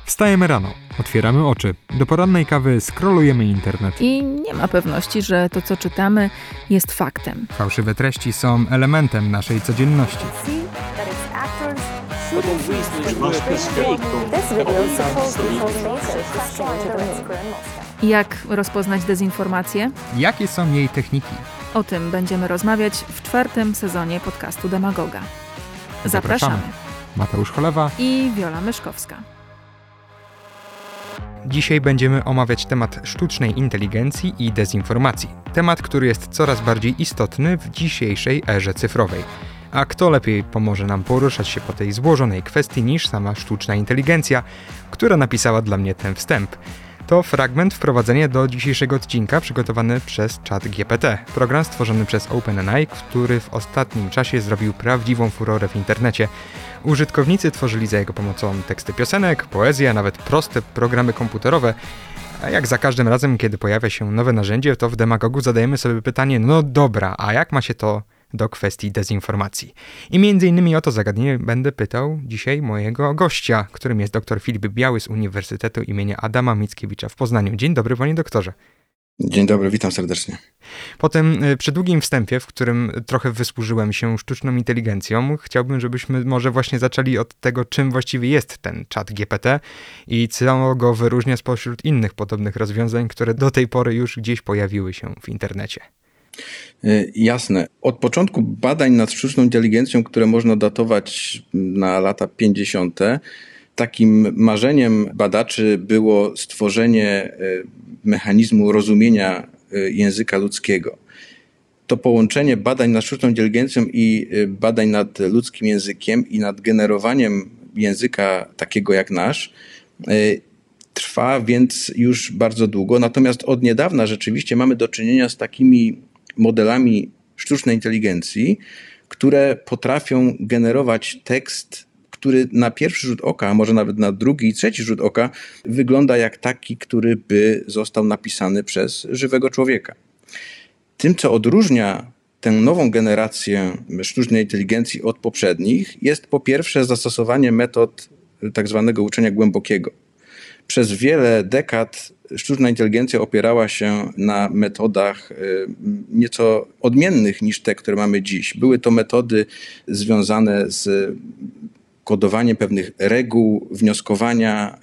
Wstajemy rano, otwieramy oczy, do porannej kawy scrollujemy internet. I nie ma pewności, że to, co czytamy, jest faktem. Fałszywe treści są elementem naszej codzienności. Jak rozpoznać dezinformację? Jakie są jej techniki? O tym będziemy rozmawiać w 4. sezonie podcastu Demagoga. Zapraszamy. Mateusz Cholewa i Wiola Myszkowska. Dzisiaj będziemy omawiać temat sztucznej inteligencji i dezinformacji. Temat, który jest coraz bardziej istotny w dzisiejszej erze cyfrowej. A kto lepiej pomoże nam poruszać się po tej złożonej kwestii niż sama sztuczna inteligencja, która napisała dla mnie ten wstęp. To fragment wprowadzenia do dzisiejszego odcinka przygotowany przez ChatGPT, program stworzony przez OpenAI, który w ostatnim czasie zrobił prawdziwą furorę w internecie. Użytkownicy tworzyli za jego pomocą teksty piosenek, poezję, a nawet proste programy komputerowe. A jak za każdym razem, kiedy pojawia się nowe narzędzie, to w Demagogu zadajemy sobie pytanie, no dobra, a jak ma się to do kwestii dezinformacji? I między innymi o to zagadnienie będę pytał dzisiaj mojego gościa, którym jest dr Filip Biały z Uniwersytetu imienia Adama Mickiewicza w Poznaniu. Dzień dobry, panie doktorze. Dzień dobry, witam serdecznie. Po tym przydługim wstępie, w którym trochę wysłużyłem się sztuczną inteligencją, chciałbym, żebyśmy może właśnie zaczęli od tego, czym właściwie jest ten ChatGPT i co go wyróżnia spośród innych podobnych rozwiązań, które do tej pory już gdzieś pojawiły się w internecie. Jasne. Od początku badań nad sztuczną inteligencją, które można datować na lata 50., takim marzeniem badaczy było stworzenie mechanizmu rozumienia języka ludzkiego. To połączenie badań nad sztuczną inteligencją i badań nad ludzkim językiem i nad generowaniem języka takiego jak nasz trwa więc już bardzo długo. Natomiast od niedawna rzeczywiście mamy do czynienia z takimi modelami sztucznej inteligencji, które potrafią generować tekst, który na pierwszy rzut oka, a może nawet na drugi i trzeci rzut oka, wygląda jak taki, który by został napisany przez żywego człowieka. Tym, co odróżnia tę nową generację sztucznej inteligencji od poprzednich, jest po pierwsze zastosowanie metod tak zwanego uczenia głębokiego. Przez wiele dekad sztuczna inteligencja opierała się na metodach nieco odmiennych niż te, które mamy dziś. Były to metody związane z kodowaniem pewnych reguł wnioskowania,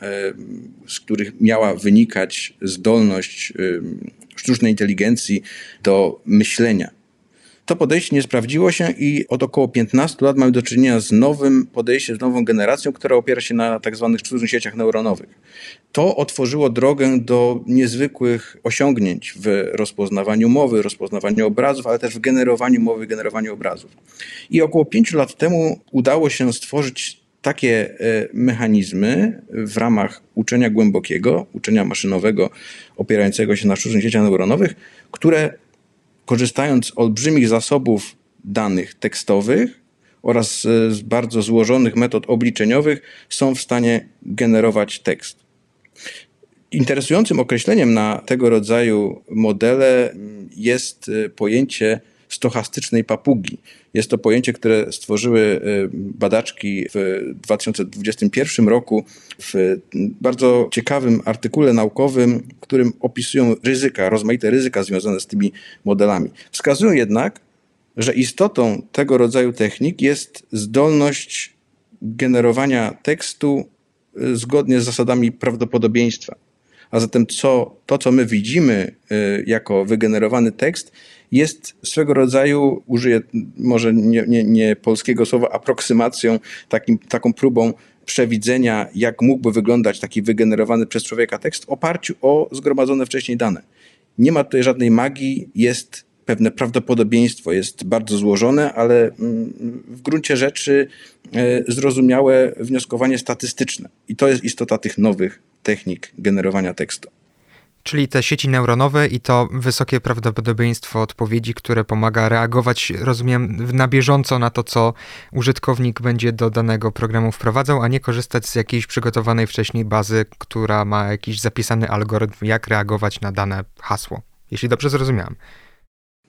z których miała wynikać zdolność sztucznej inteligencji do myślenia. To podejście nie sprawdziło się i od około 15 lat mamy do czynienia z nowym podejściem, z nową generacją, która opiera się na tak zwanych sztucznych sieciach neuronowych. To otworzyło drogę do niezwykłych osiągnięć w rozpoznawaniu mowy, rozpoznawaniu obrazów, ale też w generowaniu mowy, generowaniu obrazów. I około 5 lat temu udało się stworzyć takie mechanizmy w ramach uczenia głębokiego, uczenia maszynowego opierającego się na sztucznych sieciach neuronowych, które korzystając z olbrzymich zasobów danych tekstowych oraz z bardzo złożonych metod obliczeniowych są w stanie generować tekst. Interesującym określeniem na tego rodzaju modele jest pojęcie stochastycznej papugi. Jest to pojęcie, które stworzyły badaczki w 2021 roku w bardzo ciekawym artykule naukowym, w którym opisują ryzyka, rozmaite ryzyka związane z tymi modelami. Wskazują jednak, że istotą tego rodzaju technik jest zdolność generowania tekstu zgodnie z zasadami prawdopodobieństwa. A zatem to, co my widzimy jako wygenerowany tekst, jest swego rodzaju, użyję może nie polskiego słowa, aproksymacją, taką próbą przewidzenia, jak mógłby wyglądać taki wygenerowany przez człowieka tekst w oparciu o zgromadzone wcześniej dane. Nie ma tutaj żadnej magii, jest pewne prawdopodobieństwo, jest bardzo złożone, ale w gruncie rzeczy zrozumiałe wnioskowanie statystyczne. I to jest istota tych nowych technik generowania tekstu. Czyli te sieci neuronowe i to wysokie prawdopodobieństwo odpowiedzi, które pomaga reagować, rozumiem, na bieżąco na to, co użytkownik będzie do danego programu wprowadzał, a nie korzystać z jakiejś przygotowanej wcześniej bazy, która ma jakiś zapisany algorytm, jak reagować na dane hasło. Jeśli dobrze zrozumiałem.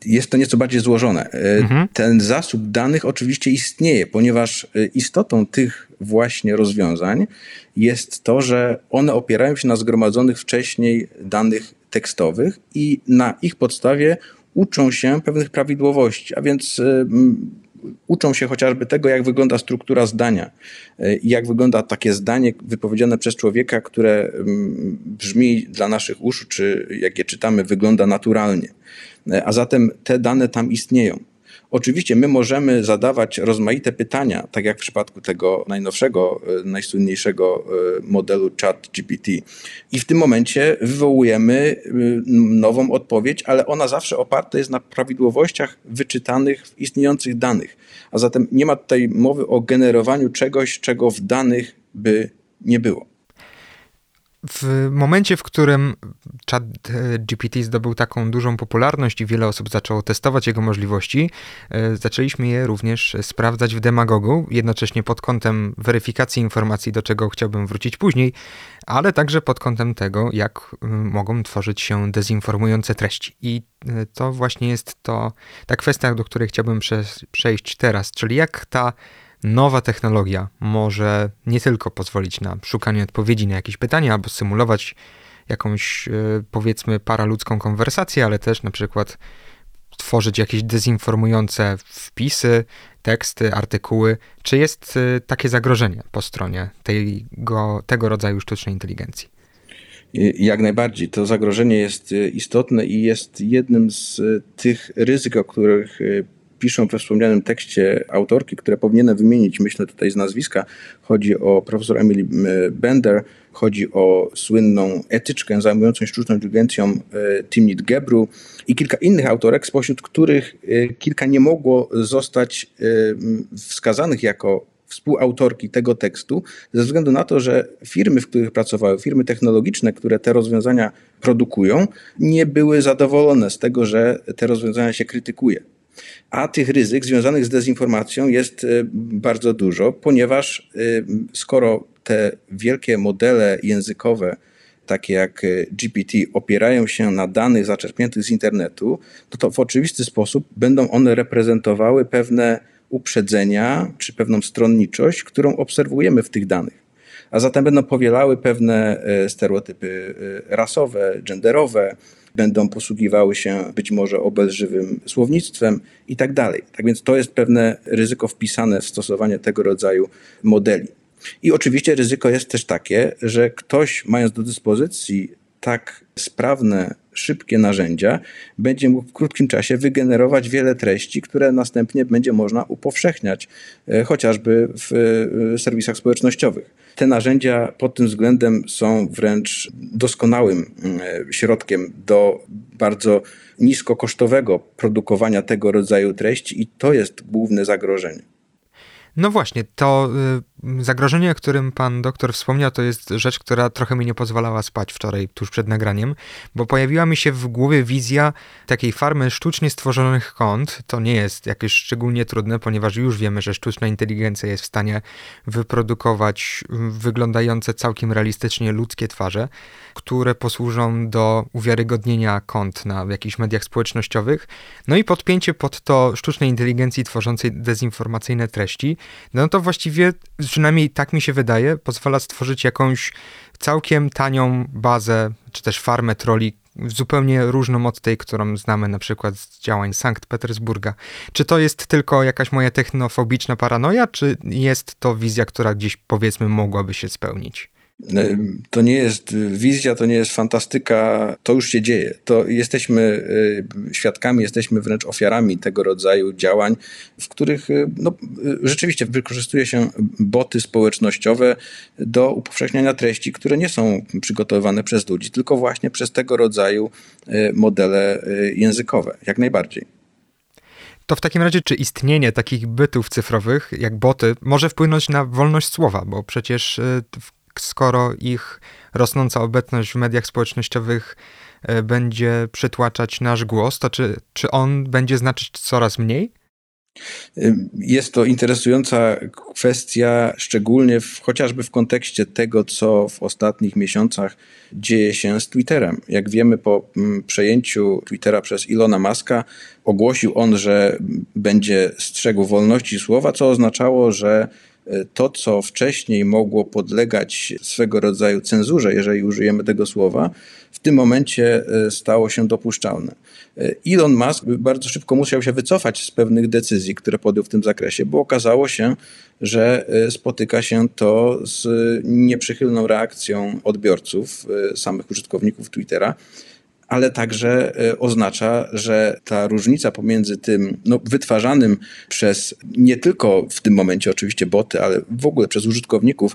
Jest to nieco bardziej złożone. Ten zasób danych oczywiście istnieje, ponieważ istotą tych właśnie rozwiązań jest to, że one opierają się na zgromadzonych wcześniej danych tekstowych i na ich podstawie uczą się pewnych prawidłowości, a więc uczą się chociażby tego, jak wygląda struktura zdania i jak wygląda takie zdanie wypowiedziane przez człowieka, które brzmi dla naszych uszu, czy jak je czytamy, wygląda naturalnie. A zatem te dane tam istnieją. Oczywiście my możemy zadawać rozmaite pytania, tak jak w przypadku tego najnowszego, najsłynniejszego modelu ChatGPT. I w tym momencie wywołujemy nową odpowiedź, ale ona zawsze oparta jest na prawidłowościach wyczytanych w istniejących danych. A zatem nie ma tutaj mowy o generowaniu czegoś, czego w danych by nie było. W momencie, w którym ChatGPT zdobył taką dużą popularność i wiele osób zaczęło testować jego możliwości, zaczęliśmy je również sprawdzać w Demagogu, jednocześnie pod kątem weryfikacji informacji, do czego chciałbym wrócić później, ale także pod kątem tego, jak mogą tworzyć się dezinformujące treści. I to właśnie jest ta kwestia, do której chciałbym przejść teraz, czyli jak ta nowa technologia może nie tylko pozwolić na szukanie odpowiedzi na jakieś pytania albo symulować jakąś, powiedzmy, paraludzką konwersację, ale też na przykład tworzyć jakieś dezinformujące wpisy, teksty, artykuły. Czy jest takie zagrożenie po stronie tego rodzaju sztucznej inteligencji? Jak najbardziej. To zagrożenie jest istotne i jest jednym z tych ryzyk, o których piszą we wspomnianym tekście autorki, które powinienem wymienić, myślę tutaj z nazwiska. Chodzi o profesor Emily Bender, chodzi o słynną etyczkę zajmującą się sztuczną inteligencją Timnit Gebru i kilka innych autorek, spośród których kilka nie mogło zostać wskazanych jako współautorki tego tekstu, ze względu na to, że firmy, w których pracowały, firmy technologiczne, które te rozwiązania produkują, nie były zadowolone z tego, że te rozwiązania się krytykuje. A tych ryzyk związanych z dezinformacją jest bardzo dużo, ponieważ skoro te wielkie modele językowe, takie jak GPT, opierają się na danych zaczerpniętych z internetu, to w oczywisty sposób będą one reprezentowały pewne uprzedzenia czy pewną stronniczość, którą obserwujemy w tych danych. A zatem będą powielały pewne stereotypy rasowe, genderowe, będą posługiwały się być może obelżywym słownictwem i tak dalej. Tak więc to jest pewne ryzyko wpisane w stosowanie tego rodzaju modeli. I oczywiście ryzyko jest też takie, że ktoś, mając do dyspozycji tak sprawne, szybkie narzędzia, będzie mógł w krótkim czasie wygenerować wiele treści, które następnie będzie można upowszechniać, chociażby w serwisach społecznościowych. Te narzędzia pod tym względem są wręcz doskonałym środkiem do bardzo niskokosztowego produkowania tego rodzaju treści i to jest główne zagrożenie. No właśnie, to zagrożenie, o którym pan doktor wspomniał, to jest rzecz, która trochę mi nie pozwalała spać wczoraj, tuż przed nagraniem, bo pojawiła mi się w głowie wizja takiej farmy sztucznie stworzonych kont. To nie jest jakieś szczególnie trudne, ponieważ już wiemy, że sztuczna inteligencja jest w stanie wyprodukować wyglądające całkiem realistycznie ludzkie twarze, które posłużą do uwiarygodnienia kont na jakichś mediach społecznościowych. No i podpięcie pod to sztucznej inteligencji tworzącej dezinformacyjne treści, no to właściwie, przynajmniej tak mi się wydaje, pozwala stworzyć jakąś całkiem tanią bazę, czy też farmę trolli, zupełnie różną od tej, którą znamy na przykład z działań Sankt Petersburga. Czy to jest tylko jakaś moja technofobiczna paranoja, czy jest to wizja, która gdzieś, powiedzmy, mogłaby się spełnić? To nie jest wizja, to nie jest fantastyka, to już się dzieje. To jesteśmy świadkami, jesteśmy wręcz ofiarami tego rodzaju działań, w których rzeczywiście wykorzystuje się boty społecznościowe do upowszechniania treści, które nie są przygotowywane przez ludzi, tylko właśnie przez tego rodzaju modele językowe, jak najbardziej. To w takim razie, czy istnienie takich bytów cyfrowych, jak boty, może wpłynąć na wolność słowa? Bo przecież skoro ich rosnąca obecność w mediach społecznościowych będzie przytłaczać nasz głos, to czy on będzie znaczyć coraz mniej? Jest to interesująca kwestia, szczególnie chociażby w kontekście tego, co w ostatnich miesiącach dzieje się z Twitterem. Jak wiemy, po przejęciu Twittera przez Ilona Muska ogłosił on, że będzie strzegł wolności słowa, co oznaczało, że to, co wcześniej mogło podlegać swego rodzaju cenzurze, jeżeli użyjemy tego słowa, w tym momencie stało się dopuszczalne. Elon Musk bardzo szybko musiał się wycofać z pewnych decyzji, które podjął w tym zakresie, bo okazało się, że spotyka się to z nieprzychylną reakcją odbiorców, samych użytkowników Twittera, ale także oznacza, że ta różnica pomiędzy tym wytwarzanym przez nie tylko w tym momencie oczywiście boty, ale w ogóle przez użytkowników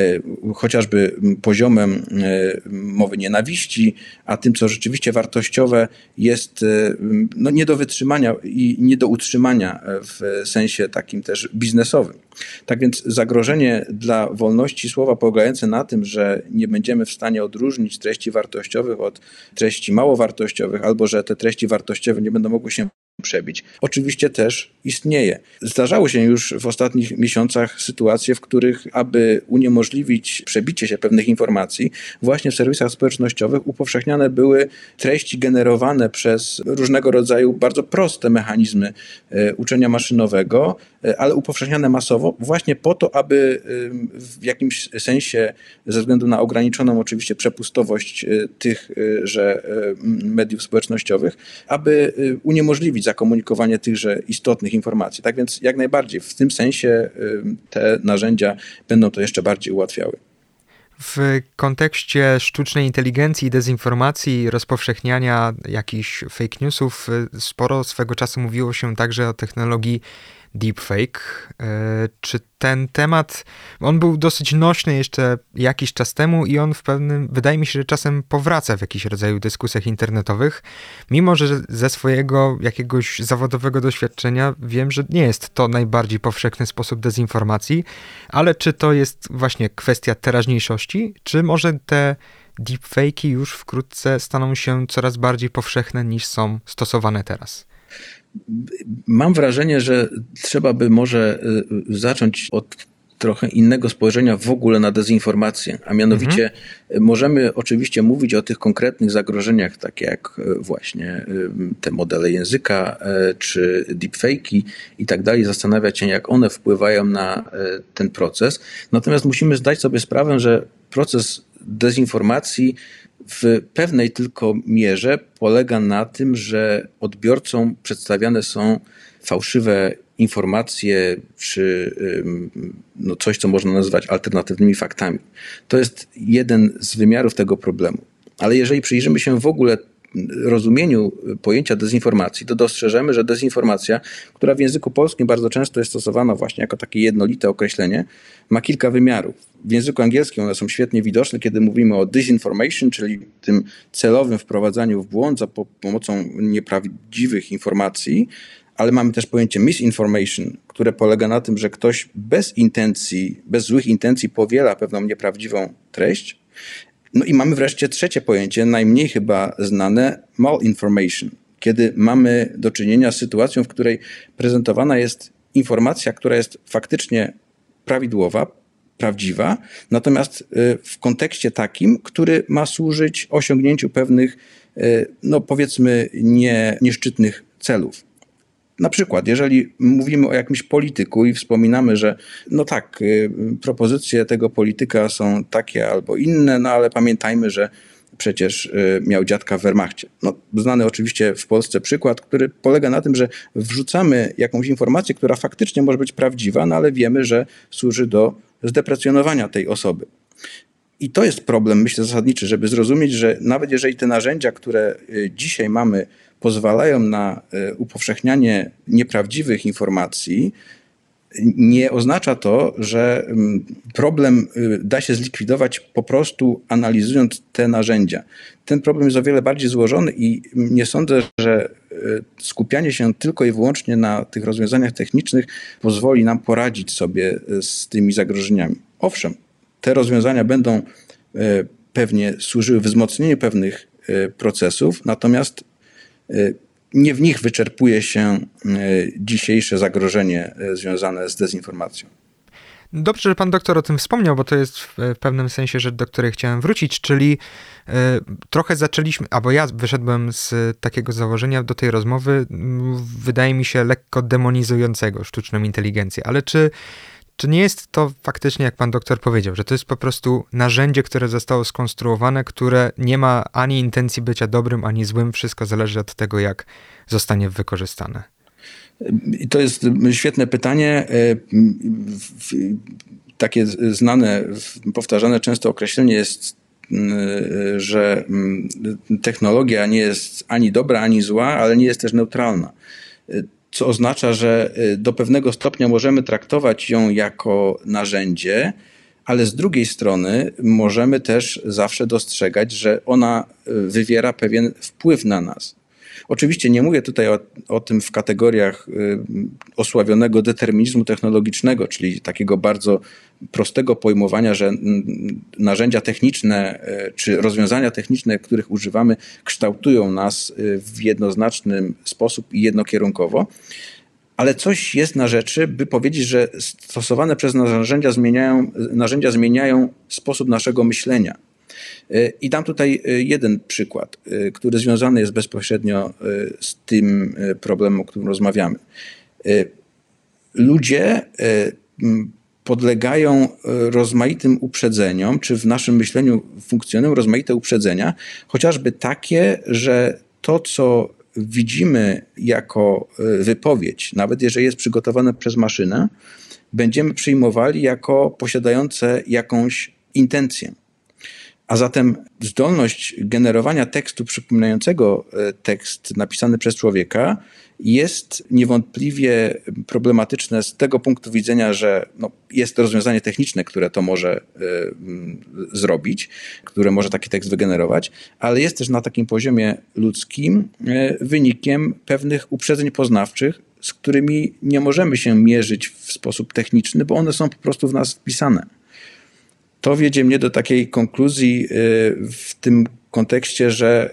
chociażby poziomem mowy nienawiści, a tym, co rzeczywiście wartościowe, jest nie do wytrzymania i nie do utrzymania w sensie takim też biznesowym. Tak więc zagrożenie dla wolności słowa polegające na tym, że nie będziemy w stanie odróżnić treści wartościowych od treści mało wartościowych, albo że te treści wartościowe nie będą mogły się przebić, oczywiście też istnieje. Zdarzały się już w ostatnich miesiącach sytuacje, w których, aby uniemożliwić przebicie się pewnych informacji, właśnie w serwisach społecznościowych upowszechniane były treści generowane przez różnego rodzaju bardzo proste mechanizmy uczenia maszynowego, ale upowszechniane masowo właśnie po to, aby w jakimś sensie, ze względu na ograniczoną oczywiście przepustowość tychże mediów społecznościowych, aby uniemożliwić zakomunikowanie tychże istotnych informacji. Tak więc jak najbardziej w tym sensie te narzędzia będą to jeszcze bardziej ułatwiały. W kontekście sztucznej inteligencji i dezinformacji, rozpowszechniania jakichś fake newsów, sporo swego czasu mówiło się także o technologii deepfake. Czy ten temat, on był dosyć nośny jeszcze jakiś czas temu i on wydaje mi się, że czasem powraca w jakiś rodzaju dyskusjach internetowych, mimo że ze swojego jakiegoś zawodowego doświadczenia wiem, że nie jest to najbardziej powszechny sposób dezinformacji, ale czy to jest właśnie kwestia teraźniejszości, czy może te deepfake'i już wkrótce staną się coraz bardziej powszechne niż są stosowane teraz? Mam wrażenie, że trzeba by może zacząć od trochę innego spojrzenia w ogóle na dezinformację, a mianowicie możemy oczywiście mówić o tych konkretnych zagrożeniach, takie jak właśnie te modele języka, czy deepfake'i i tak dalej, zastanawiać się, jak one wpływają na ten proces. Natomiast musimy zdać sobie sprawę, że proces dezinformacji w pewnej tylko mierze polega na tym, że odbiorcom przedstawiane są fałszywe informacje, czy coś, co można nazwać alternatywnymi faktami. To jest jeden z wymiarów tego problemu. Ale jeżeli przyjrzymy się w ogóle rozumieniu pojęcia dezinformacji, to dostrzeżemy, że dezinformacja, która w języku polskim bardzo często jest stosowana właśnie jako takie jednolite określenie, ma kilka wymiarów. W języku angielskim one są świetnie widoczne, kiedy mówimy o disinformation, czyli tym celowym wprowadzaniu w błąd za pomocą nieprawdziwych informacji, ale mamy też pojęcie misinformation, które polega na tym, że ktoś bez złych intencji powiela pewną nieprawdziwą treść. No i mamy wreszcie trzecie pojęcie, najmniej chyba znane, malinformation, kiedy mamy do czynienia z sytuacją, w której prezentowana jest informacja, która jest faktycznie prawidłowa, prawdziwa, natomiast w kontekście takim, który ma służyć osiągnięciu pewnych, powiedzmy, nieszczytnych celów. Na przykład, jeżeli mówimy o jakimś polityku i wspominamy, że propozycje tego polityka są takie albo inne, ale pamiętajmy, że przecież miał dziadka w Wehrmachcie. Znany oczywiście w Polsce przykład, który polega na tym, że wrzucamy jakąś informację, która faktycznie może być prawdziwa, ale wiemy, że służy do zdeprecjonowania tej osoby. I to jest problem, myślę, zasadniczy, żeby zrozumieć, że nawet jeżeli te narzędzia, które dzisiaj mamy, pozwalają na upowszechnianie nieprawdziwych informacji, nie oznacza to, że problem da się zlikwidować po prostu analizując te narzędzia. Ten problem jest o wiele bardziej złożony i nie sądzę, że skupianie się tylko i wyłącznie na tych rozwiązaniach technicznych pozwoli nam poradzić sobie z tymi zagrożeniami. Owszem, te rozwiązania będą pewnie służyły wzmocnieniu pewnych procesów, natomiast nie w nich wyczerpuje się dzisiejsze zagrożenie związane z dezinformacją. Dobrze, że pan doktor o tym wspomniał, bo to jest w pewnym sensie rzecz, do której chciałem wrócić, czyli trochę zaczęliśmy, albo ja wyszedłem z takiego założenia do tej rozmowy, wydaje mi się lekko demonizującego sztuczną inteligencję, ale czy nie jest to faktycznie, jak pan doktor powiedział, że to jest po prostu narzędzie, które zostało skonstruowane, które nie ma ani intencji bycia dobrym, ani złym, wszystko zależy od tego, jak zostanie wykorzystane? To jest świetne pytanie. Takie znane, powtarzane często określenie jest, że technologia nie jest ani dobra, ani zła, ale nie jest też neutralna. Co oznacza, że do pewnego stopnia możemy traktować ją jako narzędzie, ale z drugiej strony możemy też zawsze dostrzegać, że ona wywiera pewien wpływ na nas. Oczywiście nie mówię tutaj o tym w kategoriach osławionego determinizmu technologicznego, czyli takiego bardzo prostego pojmowania, że narzędzia techniczne czy rozwiązania techniczne, których używamy, kształtują nas w jednoznaczny sposób i jednokierunkowo. Ale coś jest na rzeczy, by powiedzieć, że stosowane przez nas narzędzia zmieniają sposób naszego myślenia. I dam tutaj jeden przykład, który związany jest bezpośrednio z tym problemem, o którym rozmawiamy. Ludzie podlegają rozmaitym uprzedzeniom, czy w naszym myśleniu funkcjonują rozmaite uprzedzenia, chociażby takie, że to, co widzimy jako wypowiedź, nawet jeżeli jest przygotowane przez maszynę, będziemy przyjmowali jako posiadające jakąś intencję. A zatem zdolność generowania tekstu przypominającego tekst napisany przez człowieka jest niewątpliwie problematyczne z tego punktu widzenia, że jest to rozwiązanie techniczne, które to może zrobić, które może taki tekst wygenerować, ale jest też na takim poziomie ludzkim wynikiem pewnych uprzedzeń poznawczych, z którymi nie możemy się mierzyć w sposób techniczny, bo one są po prostu w nas wpisane. To wiedzie mnie do takiej konkluzji w tym kontekście, że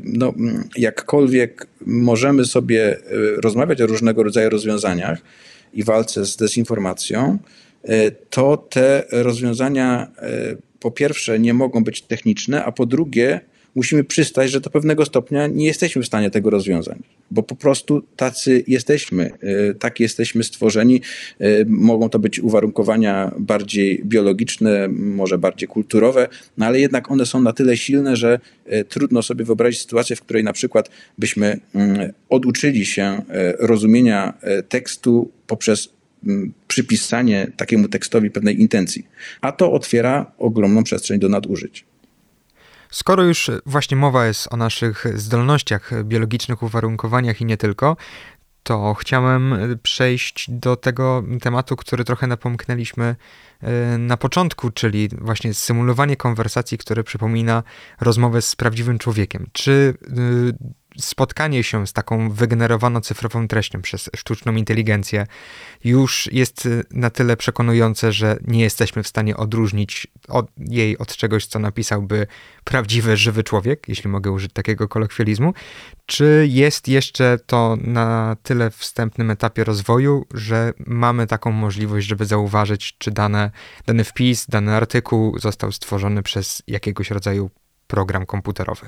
jakkolwiek możemy sobie rozmawiać o różnego rodzaju rozwiązaniach i walce z dezinformacją, to te rozwiązania po pierwsze nie mogą być techniczne, a po drugie musimy przystać, że do pewnego stopnia nie jesteśmy w stanie tego rozwiązać, bo po prostu tacy jesteśmy, tak jesteśmy stworzeni. Mogą to być uwarunkowania bardziej biologiczne, może bardziej kulturowe, no ale jednak one są na tyle silne, że trudno sobie wyobrazić sytuację, w której na przykład byśmy oduczyli się rozumienia tekstu poprzez przypisanie takiemu tekstowi pewnej intencji, a to otwiera ogromną przestrzeń do nadużyć. Skoro już właśnie mowa jest o naszych zdolnościach, biologicznych uwarunkowaniach i nie tylko, to chciałem przejść do tego tematu, który trochę napomknęliśmy na początku, czyli właśnie symulowanie konwersacji, które przypomina rozmowę z prawdziwym człowiekiem. Czy spotkanie się z taką wygenerowaną cyfrową treścią przez sztuczną inteligencję już jest na tyle przekonujące, że nie jesteśmy w stanie odróżnić jej od czegoś, co napisałby prawdziwy, żywy człowiek, jeśli mogę użyć takiego kolokwializmu, czy jest jeszcze to na tyle wstępnym etapie rozwoju, że mamy taką możliwość, żeby zauważyć, czy dany wpis, dany artykuł został stworzony przez jakiegoś rodzaju program komputerowy?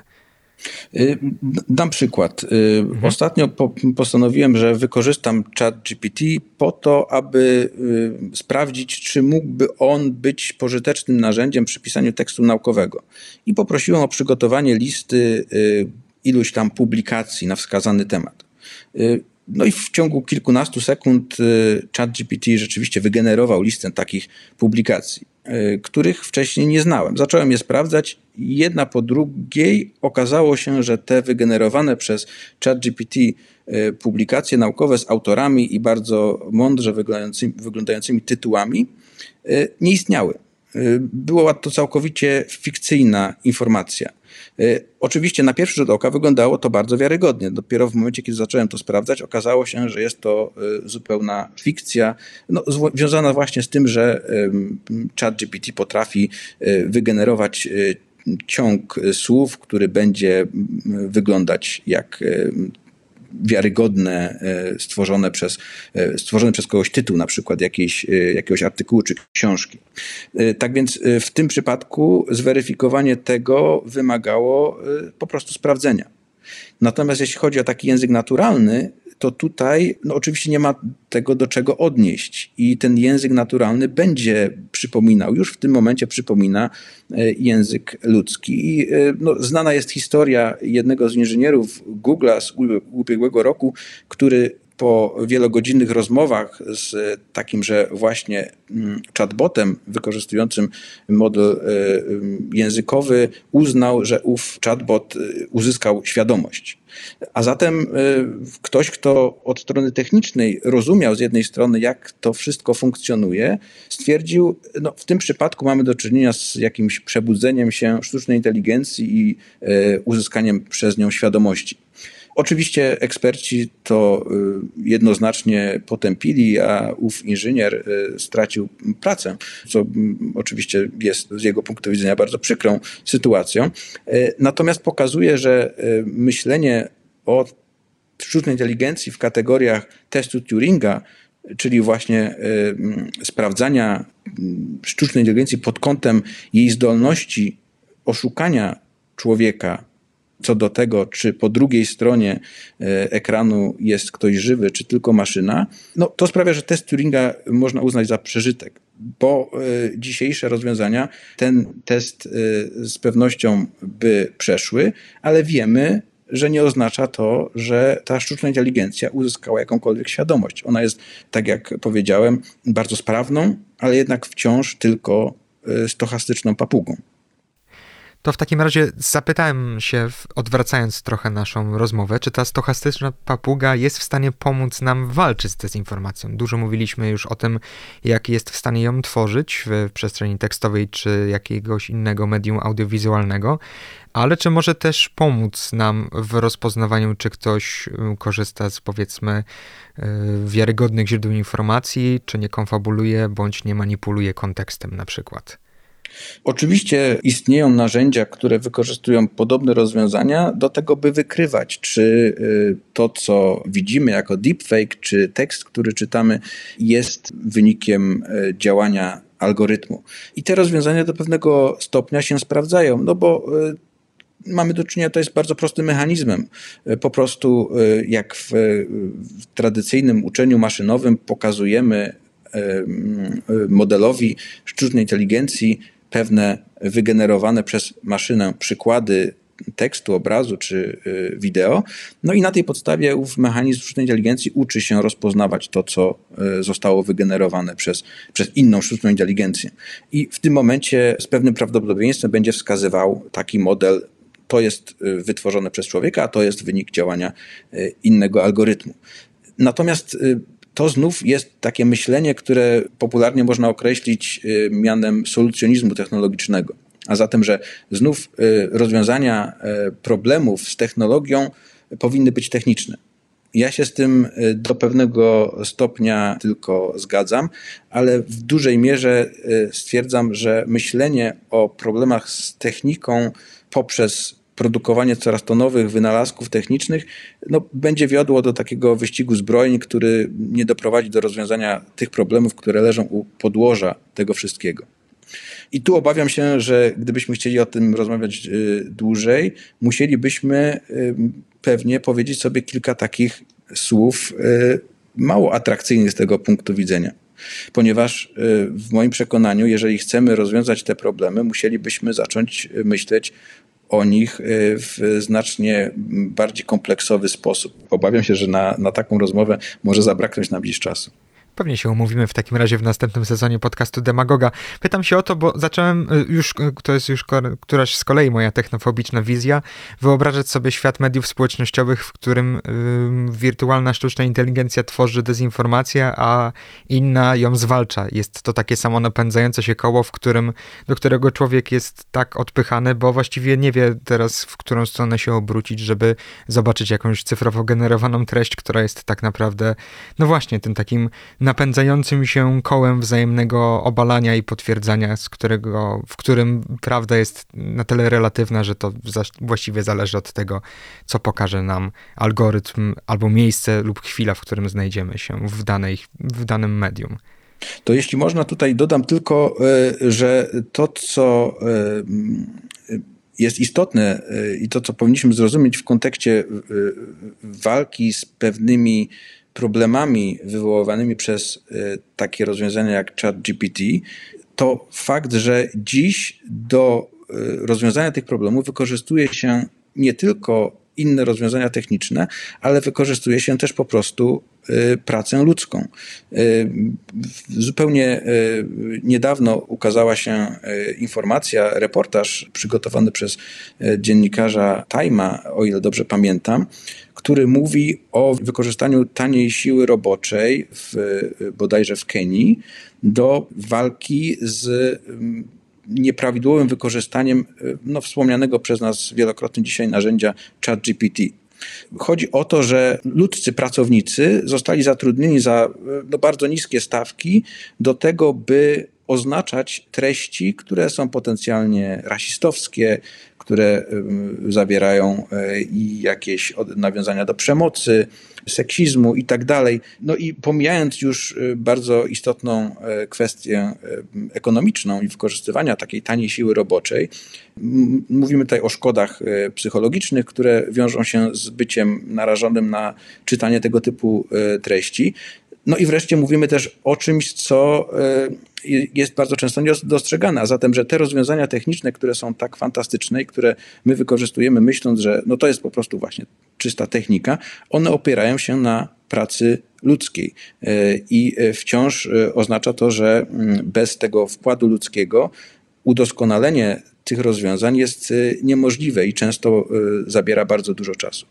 Dam przykład. Ostatnio postanowiłem, że wykorzystam ChatGPT po to, aby sprawdzić, czy mógłby on być pożytecznym narzędziem przy pisaniu tekstu naukowego. I poprosiłem o przygotowanie listy iluś tam publikacji na wskazany temat. No i w ciągu kilkunastu sekund ChatGPT rzeczywiście wygenerował listę takich publikacji, których wcześniej nie znałem. Zacząłem je sprawdzać. Jedna po drugiej okazało się, że te wygenerowane przez ChatGPT publikacje naukowe z autorami i bardzo mądrze wyglądającymi tytułami nie istniały. Była to całkowicie fikcyjna informacja. Oczywiście na pierwszy rzut oka wyglądało to bardzo wiarygodnie. Dopiero w momencie, kiedy zacząłem to sprawdzać, okazało się, że jest to zupełna fikcja, związana właśnie z tym, że ChatGPT potrafi wygenerować ciąg słów, który będzie wyglądać jak wiarygodne, stworzony przez kogoś tytuł, na przykład jakiegoś artykułu czy książki. Tak więc w tym przypadku zweryfikowanie tego wymagało po prostu sprawdzenia. Natomiast jeśli chodzi o taki język naturalny, to tutaj oczywiście nie ma tego, do czego odnieść i ten język naturalny będzie przypominał, już w tym momencie przypomina język ludzki. I znana jest historia jednego z inżynierów Google'a z ubiegłego roku, który po wielogodzinnych rozmowach z takimże właśnie chatbotem wykorzystującym model językowy uznał, że ów chatbot uzyskał świadomość. A zatem ktoś, kto od strony technicznej rozumiał z jednej strony, jak to wszystko funkcjonuje, stwierdził, w tym przypadku mamy do czynienia z jakimś przebudzeniem się sztucznej inteligencji i uzyskaniem przez nią świadomości. Oczywiście eksperci to jednoznacznie potępili, a ów inżynier stracił pracę, co oczywiście jest z jego punktu widzenia bardzo przykrą sytuacją. Natomiast pokazuje, że myślenie o sztucznej inteligencji w kategoriach testu Turinga, czyli właśnie sprawdzania sztucznej inteligencji pod kątem jej zdolności oszukania człowieka, co do tego, czy po drugiej stronie ekranu jest ktoś żywy, czy tylko maszyna, to sprawia, że test Turinga można uznać za przeżytek, bo dzisiejsze rozwiązania ten test z pewnością by przeszły, ale wiemy, że nie oznacza to, że ta sztuczna inteligencja uzyskała jakąkolwiek świadomość. Ona jest, tak jak powiedziałem, bardzo sprawną, ale jednak wciąż tylko stochastyczną papugą. To w takim razie zapytałem się, odwracając trochę naszą rozmowę, czy ta stochastyczna papuga jest w stanie pomóc nam walczyć z dezinformacją. Dużo mówiliśmy już o tym, jak jest w stanie ją tworzyć w przestrzeni tekstowej czy jakiegoś innego medium audiowizualnego, ale czy może też pomóc nam w rozpoznawaniu, czy ktoś korzysta z, powiedzmy, wiarygodnych źródeł informacji, czy nie konfabuluje, bądź nie manipuluje kontekstem na przykład. Oczywiście istnieją narzędzia, które wykorzystują podobne rozwiązania do tego, by wykrywać, czy to, co widzimy jako deepfake, czy tekst, który czytamy, jest wynikiem działania algorytmu. I te rozwiązania do pewnego stopnia się sprawdzają, bo mamy do czynienia, to jest bardzo prostym mechanizmem. Po prostu jak w tradycyjnym uczeniu maszynowym pokazujemy modelowi sztucznej inteligencji pewne wygenerowane przez maszynę przykłady tekstu, obrazu czy wideo. I na tej podstawie ów mechanizm sztucznej inteligencji uczy się rozpoznawać to, co zostało wygenerowane przez inną sztuczną inteligencję. I w tym momencie z pewnym prawdopodobieństwem będzie wskazywał taki model, to jest wytworzone przez człowieka, a to jest wynik działania innego algorytmu. Natomiast to znów jest takie myślenie, które popularnie można określić mianem solucjonizmu technologicznego. A zatem, że znów rozwiązania problemów z technologią powinny być techniczne. Ja się z tym do pewnego stopnia tylko zgadzam, ale w dużej mierze stwierdzam, że myślenie o problemach z techniką poprzez produkowanie coraz to nowych wynalazków technicznych będzie wiodło do takiego wyścigu zbrojeń, który nie doprowadzi do rozwiązania tych problemów, które leżą u podłoża tego wszystkiego. I tu obawiam się, że gdybyśmy chcieli o tym rozmawiać dłużej, musielibyśmy pewnie powiedzieć sobie kilka takich słów mało atrakcyjnych z tego punktu widzenia. Ponieważ w moim przekonaniu, jeżeli chcemy rozwiązać te problemy, musielibyśmy zacząć myśleć o nich w znacznie bardziej kompleksowy sposób. Obawiam się, że na taką rozmowę może zabraknąć nam dziś czasu. Pewnie się umówimy w takim razie w następnym sezonie podcastu Demagoga. Pytam się o to, bo zacząłem to jest już któraś z kolei moja technofobiczna wizja, wyobrażać sobie świat mediów społecznościowych, w którym wirtualna sztuczna inteligencja tworzy dezinformację, a inna ją zwalcza. Jest to takie samo napędzające się koło, do którego człowiek jest tak odpychany, bo właściwie nie wie teraz, w którą stronę się obrócić, żeby zobaczyć jakąś cyfrowo generowaną treść, która jest tak naprawdę, właśnie tym takim napędzającym się kołem wzajemnego obalania i potwierdzania, w którym prawda jest na tyle relatywna, że to właściwie zależy od tego, co pokaże nam algorytm albo miejsce lub chwila, w którym znajdziemy się w danym medium. To jeśli można, tutaj dodam tylko, że to, co jest istotne i to, co powinniśmy zrozumieć w kontekście walki z pewnymi problemami wywoływanymi przez takie rozwiązania jak ChatGPT, to fakt, że dziś do rozwiązania tych problemów wykorzystuje się nie tylko inne rozwiązania techniczne, ale wykorzystuje się też po prostu pracę ludzką. Zupełnie niedawno ukazała się informacja, reportaż przygotowany przez dziennikarza Time'a, o ile dobrze pamiętam, który mówi o wykorzystaniu taniej siły roboczej bodajże w Kenii do walki z nieprawidłowym wykorzystaniem wspomnianego przez nas wielokrotnie dzisiaj narzędzia ChatGPT. Chodzi o to, że ludzcy pracownicy zostali zatrudnieni za bardzo niskie stawki do tego, by oznaczać treści, które są potencjalnie rasistowskie, które zawierają i jakieś nawiązania do przemocy, seksizmu i tak dalej. No i pomijając już bardzo istotną kwestię ekonomiczną i wykorzystywania takiej taniej siły roboczej, mówimy tutaj o szkodach psychologicznych, które wiążą się z byciem narażonym na czytanie tego typu treści. No i wreszcie mówimy też o czymś, co jest bardzo często niedostrzegane, a zatem, że te rozwiązania techniczne, które są tak fantastyczne i które my wykorzystujemy, myśląc, że to jest po prostu właśnie czysta technika, one opierają się na pracy ludzkiej i wciąż oznacza to, że bez tego wkładu ludzkiego udoskonalenie tych rozwiązań jest niemożliwe i często zabiera bardzo dużo czasu.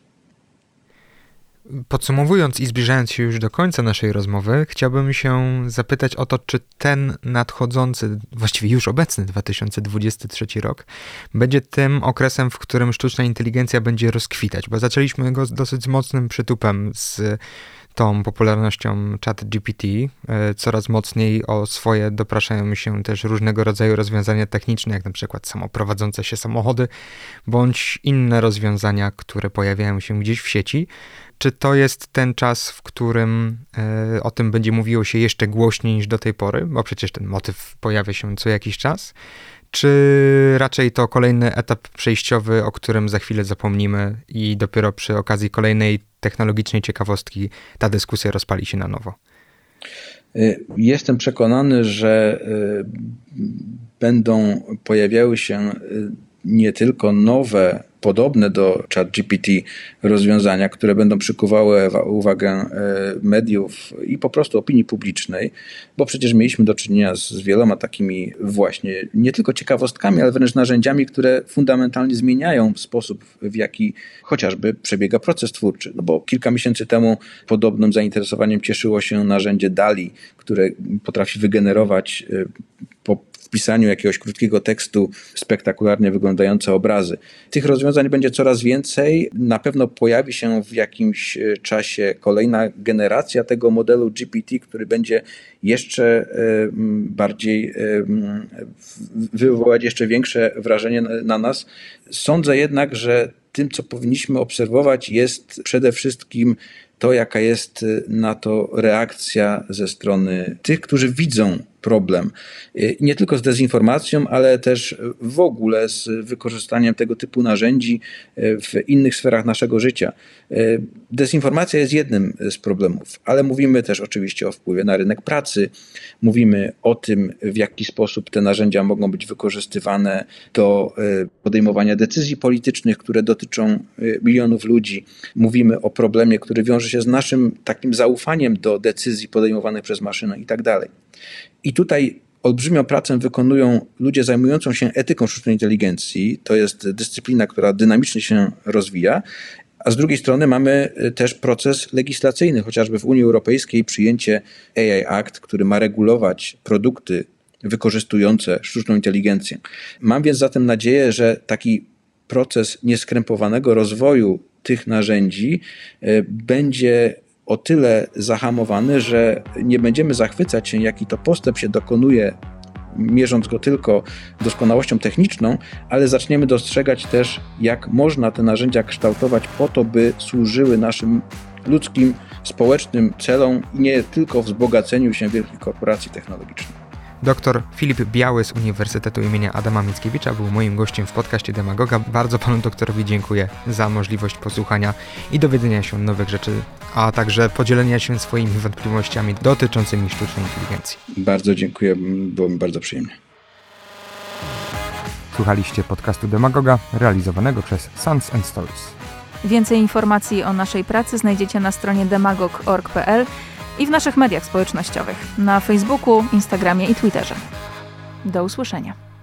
Podsumowując i zbliżając się już do końca naszej rozmowy, chciałbym się zapytać o to, czy ten nadchodzący, właściwie już obecny 2023 rok będzie tym okresem, w którym sztuczna inteligencja będzie rozkwitać, bo zaczęliśmy go z dosyć mocnym przytupem z tą popularnością ChatGPT. Coraz mocniej o swoje dopraszają się też różnego rodzaju rozwiązania techniczne, jak na przykład samoprowadzące się samochody, bądź inne rozwiązania, które pojawiają się gdzieś w sieci. Czy to jest ten czas, w którym o tym będzie mówiło się jeszcze głośniej niż do tej pory, bo przecież ten motyw pojawia się co jakiś czas, czy raczej to kolejny etap przejściowy, o którym za chwilę zapomnimy i dopiero przy okazji kolejnej technologicznej ciekawostki ta dyskusja rozpali się na nowo? Jestem przekonany, że będą pojawiały się nie tylko nowe, podobne do ChatGPT rozwiązania, które będą przykuwały uwagę mediów i po prostu opinii publicznej, bo przecież mieliśmy do czynienia z wieloma takimi właśnie nie tylko ciekawostkami, ale wręcz narzędziami, które fundamentalnie zmieniają sposób, w jaki chociażby przebiega proces twórczy. No bo kilka miesięcy temu podobnym zainteresowaniem cieszyło się narzędzie DALL-E, które potrafi wygenerować po wpisaniu jakiegoś krótkiego tekstu spektakularnie wyglądające obrazy. Tych rozwiązań będzie coraz więcej. Na pewno pojawi się w jakimś czasie kolejna generacja tego modelu GPT, który będzie jeszcze bardziej wywołać jeszcze większe wrażenie na nas. Sądzę jednak, że tym, co powinniśmy obserwować, jest przede wszystkim to, jaka jest na to reakcja ze strony tych, którzy widzą problem. Nie tylko z dezinformacją, ale też w ogóle z wykorzystaniem tego typu narzędzi w innych sferach naszego życia. Dezinformacja jest jednym z problemów, ale mówimy też oczywiście o wpływie na rynek pracy. Mówimy o tym, w jaki sposób te narzędzia mogą być wykorzystywane do podejmowania decyzji politycznych, które dotyczą milionów ludzi. Mówimy o problemie, który wiąże się z naszym takim zaufaniem do decyzji podejmowanych przez maszynę i tak dalej. I tutaj olbrzymią pracę wykonują ludzie zajmującą się etyką sztucznej inteligencji. To jest dyscyplina, która dynamicznie się rozwija. A z drugiej strony mamy też proces legislacyjny, chociażby w Unii Europejskiej przyjęcie AI Act, który ma regulować produkty wykorzystujące sztuczną inteligencję. Mam więc zatem nadzieję, że taki proces nieskrępowanego rozwoju tych narzędzi będzie o tyle zahamowany, że nie będziemy zachwycać się, jaki to postęp się dokonuje, mierząc go tylko doskonałością techniczną, ale zaczniemy dostrzegać też, jak można te narzędzia kształtować po to, by służyły naszym ludzkim, społecznym celom i nie tylko wzbogaceniu się wielkich korporacji technologicznych. Dr Filip Biały z Uniwersytetu im. Adama Mickiewicza był moim gościem w podcaście Demagoga. Bardzo panu doktorowi dziękuję za możliwość posłuchania i dowiedzenia się nowych rzeczy, a także podzielenia się swoimi wątpliwościami dotyczącymi sztucznej inteligencji. Bardzo dziękuję, było mi bardzo przyjemnie. Słuchaliście podcastu Demagoga realizowanego przez Sons & Stories. Więcej informacji o naszej pracy znajdziecie na stronie demagog.org.pl i w naszych mediach społecznościowych, na Facebooku, Instagramie i Twitterze. Do usłyszenia.